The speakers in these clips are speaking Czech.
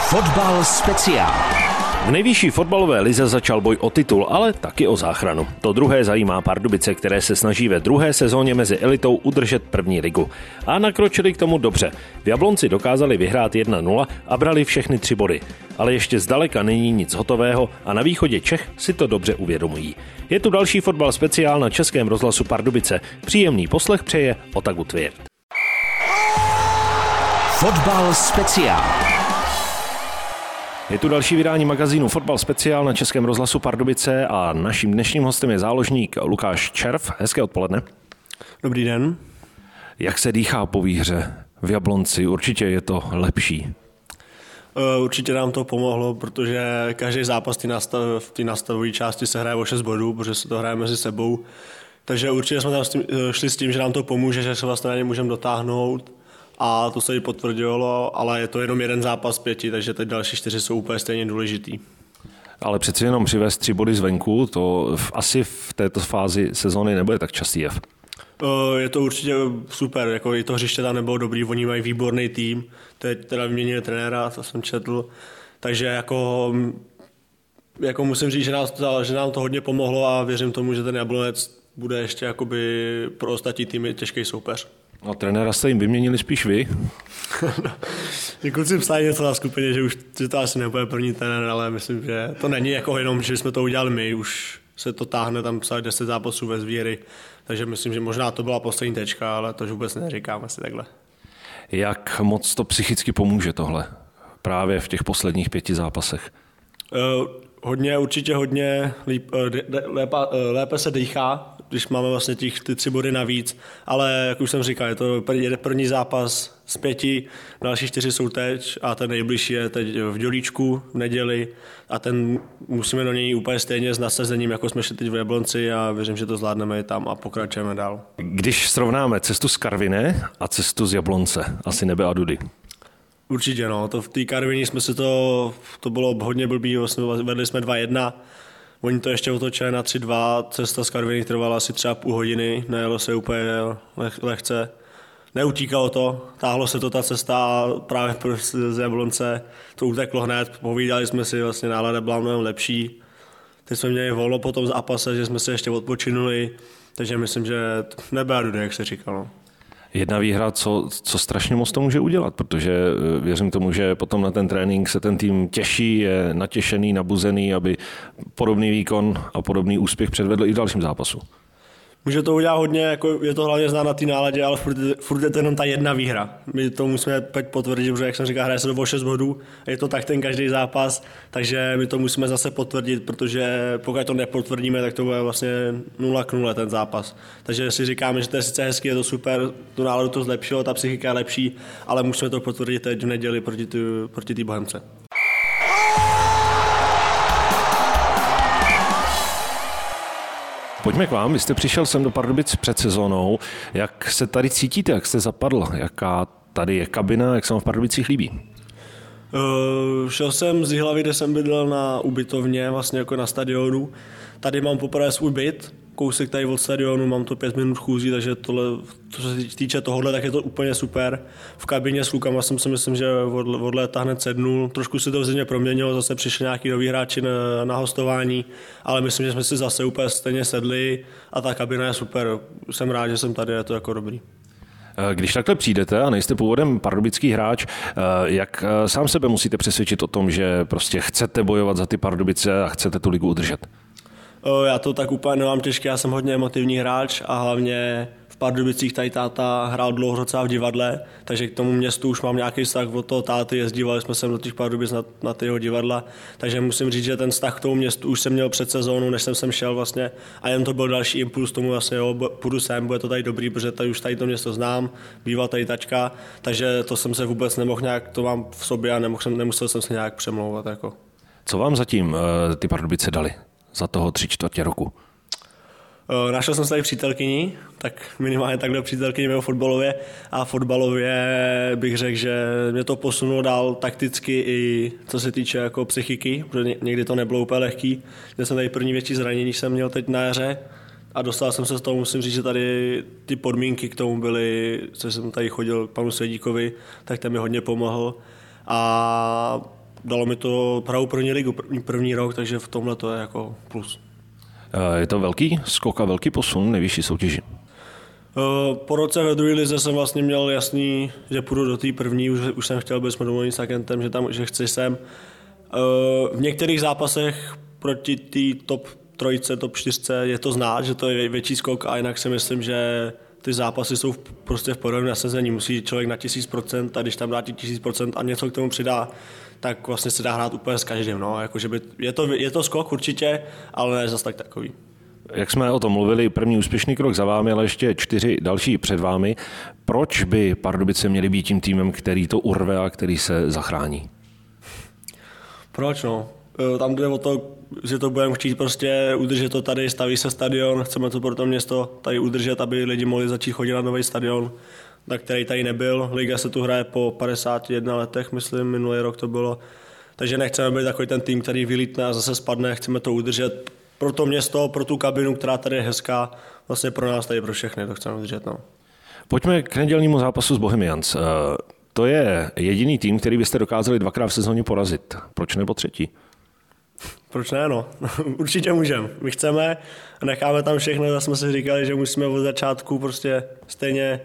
Fotbal speciál. V nejvyšší fotbalové lize začal boj o titul, ale taky o záchranu. To druhé zajímá Pardubice, které se snaží ve druhé sezóně mezi elitou udržet první ligu. A nakročili k tomu dobře. V Jablonci dokázali vyhrát 1-0 a brali všechny 3 body. Ale ještě zdaleka není nic hotového a na východě Čech si to dobře uvědomují. Je tu další fotbal speciál na Českém rozhlasu Pardubice. Příjemný poslech přeje Otaku Tvěrt. Fotbal speciál. Je tu další vydání magazínu Fotbal speciál na Českém rozhlasu Pardubice a naším dnešním hostem je záložník Lukáš Červ. Hezké odpoledne. Dobrý den. Jak se dýchá po výhře v Jablonci? Určitě je to lepší. Určitě nám to pomohlo, protože každý zápas v té nastavové části se hraje o 6 bodů, protože se to hraje mezi sebou. Takže určitě jsme tam šli s tím, že nám to pomůže, že se vlastně na ně můžeme dotáhnout. A to se i potvrdilo, ale je to jenom jeden zápas z 5, takže teď další 4 jsou úplně stejně důležitý. Ale přeci jenom přivést 3 body zvenku, to asi v této fázi sezóny nebude tak častý jev. Je to určitě super, jako i to hřiště tam nebylo dobrý, oni mají výborný tým, teď teda vyměnili trenéra, to jsem četl, takže jako musím říct, že nám to hodně pomohlo a věřím tomu, že ten Jablonec bude ještě jakoby pro ostatní týmy těžký soupeř. A trenéra jste jim vyměnili spíš vy? Kluci psali něco na skupině, že to asi nebude první trenér, ale myslím, že to není jako jenom, že jsme to udělali my, už se to táhne, tam psali 10 zápasů bez výhry, takže myslím, že možná to byla poslední tečka, ale to už vůbec neříkám asi takhle. Jak moc to psychicky pomůže tohle právě v těch posledních 5 zápasech? Určitě hodně, lépe se dýchá, když máme vlastně ty 3 body navíc, ale jak už jsem říkal, je to první zápas z 5, další 4 jsou teď a ten nejbližší je teď v Dělíčku v neděli a ten musíme do něj úplně stejně s nasazením, jako jsme šli teď v Jablonci a věřím, že to zvládneme i tam a pokračujeme dál. Když srovnáme cestu z Karviné a cestu z Jablonce, asi nebe a dudy. Určitě, no. To v té Karviní jsme si to bylo hodně blbý, vlastně vedli jsme 2-1, oni to ještě otočili na 3-2, cesta z Karviny trvala asi třeba půl hodiny, nejelo se úplně lehce, neutíkalo to, táhlo se to ta cesta a právě z Jablonce to uteklo hned, povídali jsme si, vlastně nálada byla mnohem lepší, teď jsme měli volno po tom zápase, že jsme se ještě odpočinuli, takže myslím, že nebe dudy, jak se říkalo. Jedna výhra, co strašně moc to může udělat, protože věřím tomu, že potom na ten trénink se ten tým těší, je natěšený, nabuzený, aby podobný výkon a podobný úspěch předvedl i v dalším zápasu. Může to udělat hodně, jako je to hlavně znát na té náladě, ale furt je to jenom ta jedna výhra. My to musíme teď potvrdit, protože jak jsem říkal, hraje se do 6 bodů, je to tak ten každý zápas, takže my to musíme zase potvrdit, protože pokud to nepotvrdíme, tak to bude vlastně 0-0 ten zápas. Takže si říkáme, že to je sice hezky, je to super, tu náladu to zlepšilo, ta psychika je lepší, ale musíme to potvrdit teď v neděli proti té Bohemce. Pojďme k vám, vy jste přišel sem do Pardubic před sezónou. Jak se tady cítíte, jak jste zapadl? Jaká tady je kabina, jak se vám v Pardubicích líbí? Šel jsem z Jihlavy, kde jsem bydlel na ubytovně, vlastně jako na stadionu. Tady mám poprvé svůj byt, kousek tady od stadionu, mám to 5 minut chůzí, takže co se týče tohohle, tak je to úplně super. V kabině s klukama jsem si myslím, že od léta hned sednul. Trošku se to v zimě proměnilo, zase přišli nějaký noví hráči na hostování, ale myslím, že jsme si zase úplně stejně sedli a ta kabina je super. Jsem rád, že jsem tady, je to jako dobrý. Když takhle přijdete a nejste původem pardubický hráč, jak sám sebe musíte přesvědčit o tom, že prostě chcete bojovat za ty Pardubice a chcete tu ligu udržet? Já to tak úplně nemám těžké, já jsem hodně emotivní hráč a hlavně v Pardubicích tady táta hrál dlouho docela v divadle, takže k tomu městu už mám nějaký vztah od toho táty, jezdívali jsme sem do těch Pardubic na ty jeho divadla, takže musím říct, že ten vztah k tomu městu už jsem měl před sezónou, než jsem sem šel vlastně a jen to byl další impuls tomu vlastně, půjdu sem, bude to tady dobrý, protože tady už tady to město znám, bývá tady tačka, takže to jsem se vůbec nemohl nějak, to mám v sobě a nemusel jsem se nějak přemlouvat. Jako. Co vám zatím ty Pardubice dali za toho 3/4 roku? Našel jsem se tady přítelkyni, tak minimálně takhle přítelkyni mého fotbalově a fotbalově bych řekl, že mě to posunulo dál takticky i co se týče jako psychiky, protože někdy to nebylo úplně lehký. Měl jsem tady první větší zranění, když jsem měl teď na jaře a dostal jsem se z toho, musím říct, že tady ty podmínky k tomu byly, co jsem tady chodil k panu Svědíkovi, tak ten mi hodně pomohl a dalo mi to hraju první ligu první rok, takže v tomhle to je jako plus. Je to velký skok a velký posun nejvyšší soutěži? Po roce ve druhé lize jsem vlastně měl jasný, že půjdu do té první, už jsem chtěl, byli jsme domluveni s agentem, že chci sem. V některých zápasech proti té top 3, top 4 je to znát, že to je větší skok a jinak si myslím, že ty zápasy jsou prostě v podobném nasazení. Musí člověk na 1000% a když tam dá 1000% a něco k tomu přidá, tak vlastně se dá hrát úplně s každým. No. Jakože je to skok určitě, ale ne zase tak takový. Jak jsme o tom mluvili, první úspěšný krok za vámi, ale ještě 4 další před vámi. Proč by Pardubice měli být tím týmem, který to urve a který se zachrání? Proč no? Tam jde o to, že to budeme chtít prostě udržet to tady, staví se stadion, chceme to pro to město tady udržet, aby lidi mohli začít chodit na nový stadion, na který tady nebyl. Liga se tu hraje po 51 letech, myslím, minulý rok to bylo. Takže nechceme být takový ten tým, který vylítne a zase spadne, chceme to udržet pro to město, pro tu kabinu, která tady je hezká, vlastně pro nás tady pro všechny, to chceme udržet. No. Pojďme k nedělnímu zápasu s Bohemians. To je jediný tým, který byste dokázali 2krát v sezóně porazit. Proč nebo třetí? Proč ne, no? Určitě můžeme. My chceme, necháme tam všechno, tak jsme si říkali, že musíme od začátku prostě stejně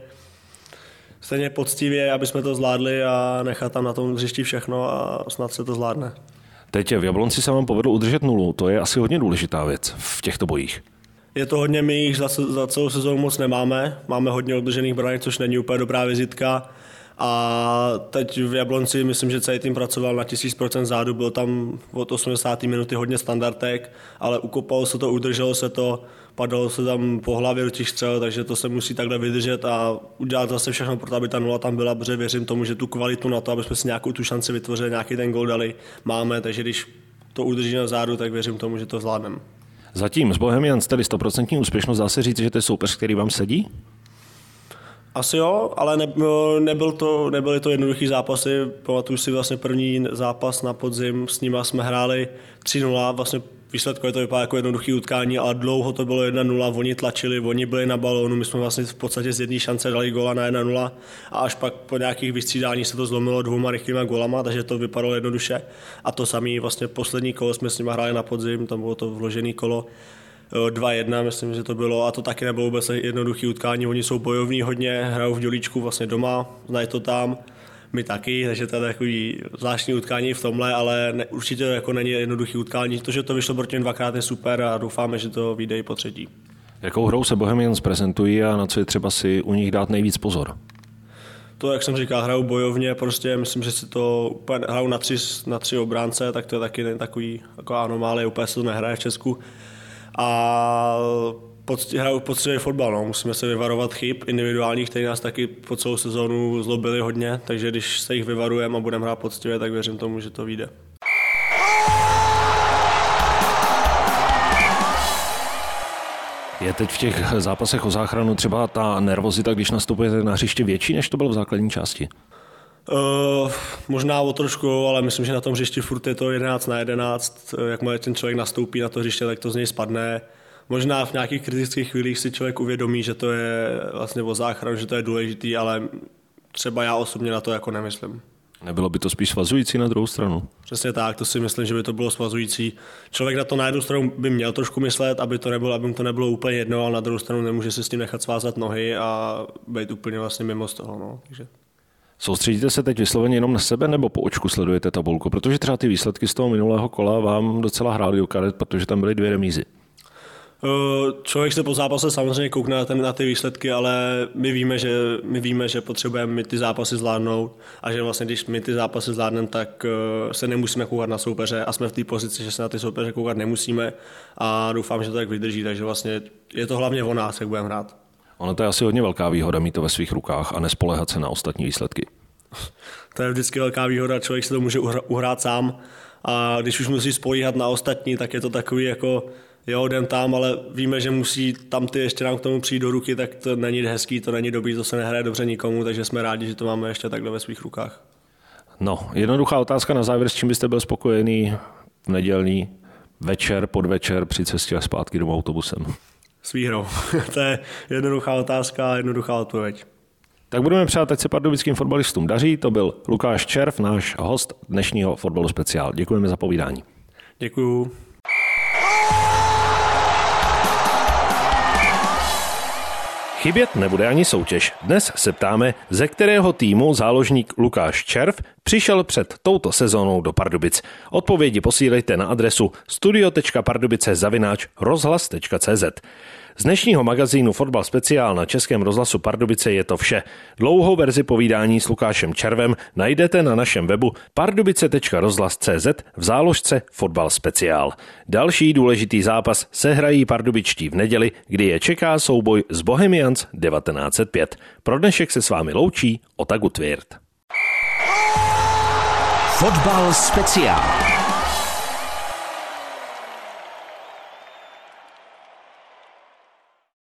poctivě, aby jsme to zvládli a nechat tam na tom hřišti všechno a snad se to zvládne. Teď v Jablonci se vám povedlo udržet 0, to je asi hodně důležitá věc v těchto bojích. Je to hodně, my jich za celou sezónu moc nemáme, máme hodně odložených branek, což není úplně dobrá vizitka. A teď v Jablonci myslím, že celý tým pracoval na 1000% zádu, bylo tam od 80. minuty hodně standardek, ale ukopalo se to, udrželo se to, padalo se tam po hlavě do těch střel, takže to se musí takhle vydržet a udělat zase všechno pro to, aby ta 0 tam byla, protože věřím tomu, že tu kvalitu na to, aby jsme si nějakou tu šanci vytvořili, nějaký ten gól dali, máme, takže když to udržíme na zádu, tak věřím tomu, že to zvládneme. Zatím z Bohemians tedy 100% úspěšnost, dá se říct, že to je soupeř, který vám sedí? Asi jo, ale nebyly to jednoduchý zápasy. Pamatuju si vlastně první zápas na podzim, s nima jsme hráli 3-0, vlastně výsledkově to vypadá jako jednoduchý utkání, ale dlouho to bylo 1-0, oni tlačili, oni byli na balónu, my jsme vlastně v podstatě z jedné šance dali góla na 1-0 a až pak po nějakých vystřídání se to zlomilo 2 rychlýma gólama, takže to vypadalo jednoduše. A to samé vlastně poslední kolo jsme s nima hráli na podzim, tam bylo to vložené kolo. 2-1, myslím, že to bylo, a to taky nebylo vůbec jednoduchý utkání, oni jsou bojovní hodně, hrajou v Dělíčku vlastně doma, znají to tam, my taky, takže to je takový zvláštní utkání v tomhle, ale určitě jako není jednoduchý utkání, to, že to vyšlo proti 2krát je super a doufáme, že to vyjde i po třetí. Jakou hrou se Bohemians prezentují a na co je třeba si u nich dát nejvíc pozor? To, jak jsem říkal, hrajou bojovně, prostě myslím, že si to úplně hrajou na tři obránce, tak to je taky takový jako anomálie, úplně se to nehraje v Česku. A hrajou poctivý fotbal, no. Musíme se vyvarovat chyb individuálních, které nás taky po celou sezónu zlobili hodně, takže když se jich vyvarujeme a budeme hrát poctivě, tak věřím tomu, že to vyjde. Je teď v těch zápasech o záchranu třeba ta nervozita, když nastupujete na hřiště, větší, než to bylo v základní části? Možná o trošku, ale myslím, že na tom hřišti furt je to 11-11. Jakmile ten člověk nastoupí na to hřiště, tak to z něj spadne. Možná v nějakých kritických chvílích si člověk uvědomí, že to je vlastně o záchranu, že to je důležitý, ale třeba já osobně na to jako nemyslím. Nebylo by to spíš svazující na druhou stranu? Přesně tak, to si myslím, že by to bylo svazující. Člověk na to na jednu stranu by měl trošku myslet, aby mu to nebylo úplně jedno, ale na druhou stranu nemůže si s tím nechat svázat nohy a být úplně vlastně mimo z toho. No. Takže. Soustředíte se teď vysloveně jenom na sebe, nebo po očku sledujete tabulku? Protože třeba ty výsledky z toho minulého kola vám docela hrály do karet, protože tam byly 2 remízy. Člověk se po zápase samozřejmě koukne na ty výsledky, ale my víme, že potřebujeme ty zápasy zvládnout a že vlastně když my ty zápasy zvládneme, tak se nemusíme koukat na soupeře a jsme v té pozici, že se na ty soupeře koukat nemusíme a doufám, že to tak vydrží, takže vlastně je to hlavně o nás, jak budeme hrát. Ono to je asi hodně velká výhoda mít to ve svých rukách a nespoléhat se na ostatní výsledky. To je vždycky velká výhoda, člověk se to může uhrát sám a když už musí spolíhat na ostatní, tak je to takový jako jo, jdem tam, ale víme, že musí tam ty ještě nám k tomu přijít do ruky, tak to není hezký, to není dobrý, to se nehraje dobře nikomu, takže jsme rádi, že to máme ještě takhle ve svých rukách. No, jednoduchá otázka na závěr, s čím byste byl spokojený v nedělní večer, podvečer při cestě a zpátky domů autobusem? S výhrou. To je jednoduchá otázka a jednoduchá odpověď. Tak budeme přát, ať se pardubickým fotbalistům daří. To byl Lukáš Červ, náš host dnešního Fotbalu speciál. Děkujeme za povídání. Děkuju. Chybět nebude ani soutěž. Dnes se ptáme, ze kterého týmu záložník Lukáš Červ přišel před touto sezónou do Pardubic. Odpovědi posílejte na adresu studio.pardubice@rozhlas.cz. Z dnešního magazínu Fotbal speciál na Českém rozhlasu Pardubice je to vše. Dlouhou verzi povídání s Lukášem Červem najdete na našem webu pardubice.rozhlas.cz v záložce Fotbal speciál. Další důležitý zápas sehrají pardubičtí v neděli, kdy je čeká souboj s Bohemians 1905. Pro dnešek se s vámi loučí Ota Gutwirth. Fotbal speciál.